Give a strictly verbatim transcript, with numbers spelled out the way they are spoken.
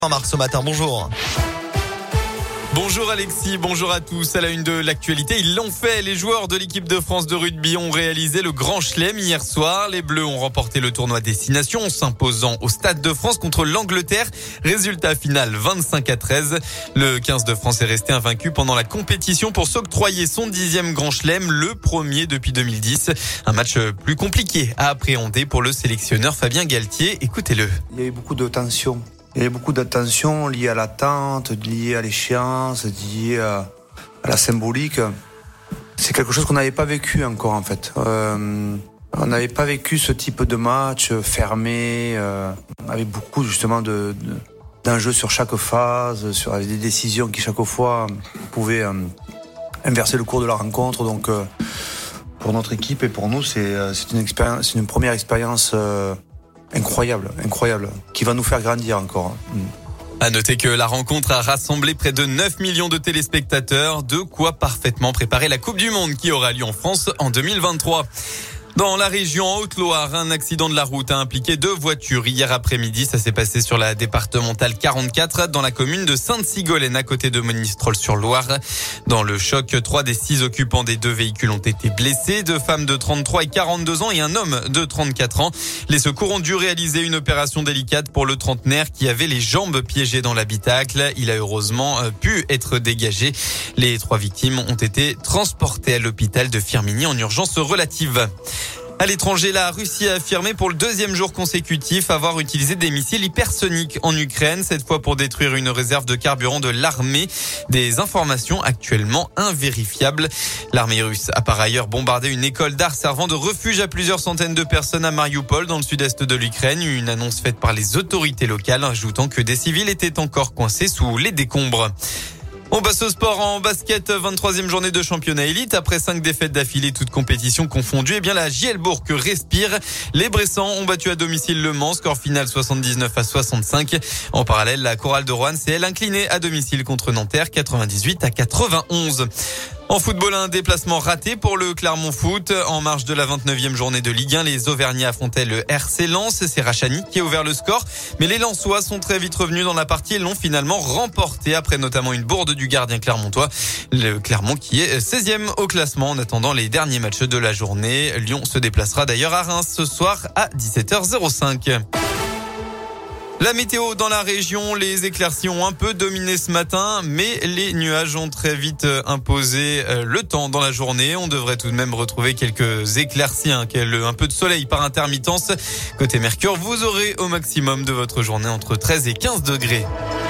Jean-Marc ce matin, bonjour. Bonjour Alexis, bonjour à tous. À la une de l'actualité, ils l'ont fait. Les joueurs de l'équipe de France de rugby ont réalisé le Grand Chelem hier soir. Les Bleus ont remporté le tournoi Destination en s'imposant au Stade de France contre l'Angleterre. Résultat final vingt-cinq à treize. Le quinze de France est resté invaincu pendant la compétition pour s'octroyer son dixième Grand Chelem, le premier depuis deux mille dix. Un match plus compliqué à appréhender pour le sélectionneur Fabien Galtier. Écoutez-le. Il y a eu beaucoup de tensions. Il y avait beaucoup d'attention liée à l'attente, liée à l'échéance, liée à, à la symbolique. C'est quelque chose qu'on n'avait pas vécu encore en fait. Euh, on n'avait pas vécu ce type de match fermé, euh, avec beaucoup justement de, de, d'enjeux sur chaque phase, sur avec des décisions qui chaque fois pouvaient euh, inverser le cours de la rencontre. Donc euh, pour notre équipe et pour nous, c'est, c'est une expérience, c'est une première expérience. Euh, Incroyable, incroyable, qui va nous faire grandir encore. À noter que la rencontre a rassemblé près de neuf millions de téléspectateurs, de quoi parfaitement préparer la Coupe du Monde qui aura lieu en France en deux mille vingt-trois. Dans la région en Haute-Loire, un accident de la route a impliqué deux voitures. Hier après-midi, ça s'est passé sur la départementale quarante-quatre dans la commune de Sainte-Sigolène à côté de Monistrol-sur-Loire. Dans le choc, trois des six occupants des deux véhicules ont été blessés. Deux femmes de trente-trois et quarante-deux ans et un homme de trente-quatre ans. Les secours ont dû réaliser une opération délicate pour le trentenaire qui avait les jambes piégées dans l'habitacle. Il a heureusement pu être dégagé. Les trois victimes ont été transportées à l'hôpital de Firminy en urgence relative. À l'étranger, la Russie a affirmé pour le deuxième jour consécutif avoir utilisé des missiles hypersoniques en Ukraine, cette fois pour détruire une réserve de carburant de l'armée. Des informations actuellement invérifiables. L'armée russe a par ailleurs bombardé une école d'art servant de refuge à plusieurs centaines de personnes à Mariupol, dans le sud-est de l'Ukraine. Une annonce faite par les autorités locales, ajoutant que des civils étaient encore coincés sous les décombres. On passe au sport en basket, vingt-troisième journée de championnat élite. Après cinq défaites d'affilée, toutes compétitions confondues, eh bien la Gielbourg respire. Les Bressans ont battu à domicile Le Mans, score final soixante-dix-neuf à soixante-cinq. En parallèle, la Chorale de Roanne s'est elle inclinée à domicile contre Nanterre, quatre-vingt-dix-huit à quatre-vingt-onze. En football, un déplacement raté pour le Clermont Foot. En marge de la vingt-neuvième journée de Ligue un, les Auvergnats affrontaient le R C Lens. C'est Rachani qui a ouvert le score. Mais les Lensois sont très vite revenus dans la partie et l'ont finalement remporté après notamment une bourde du gardien clermontois. Le Clermont qui est seizième au classement en attendant les derniers matchs de la journée. Lyon se déplacera d'ailleurs à Reims ce soir à dix-sept heures cinq. La météo dans la région, les éclaircies ont un peu dominé ce matin, mais les nuages ont très vite imposé le temps dans la journée. On devrait tout de même retrouver quelques éclaircies, hein, un peu de soleil par intermittence. Côté Mercure, vous aurez au maximum de votre journée entre treize et quinze degrés.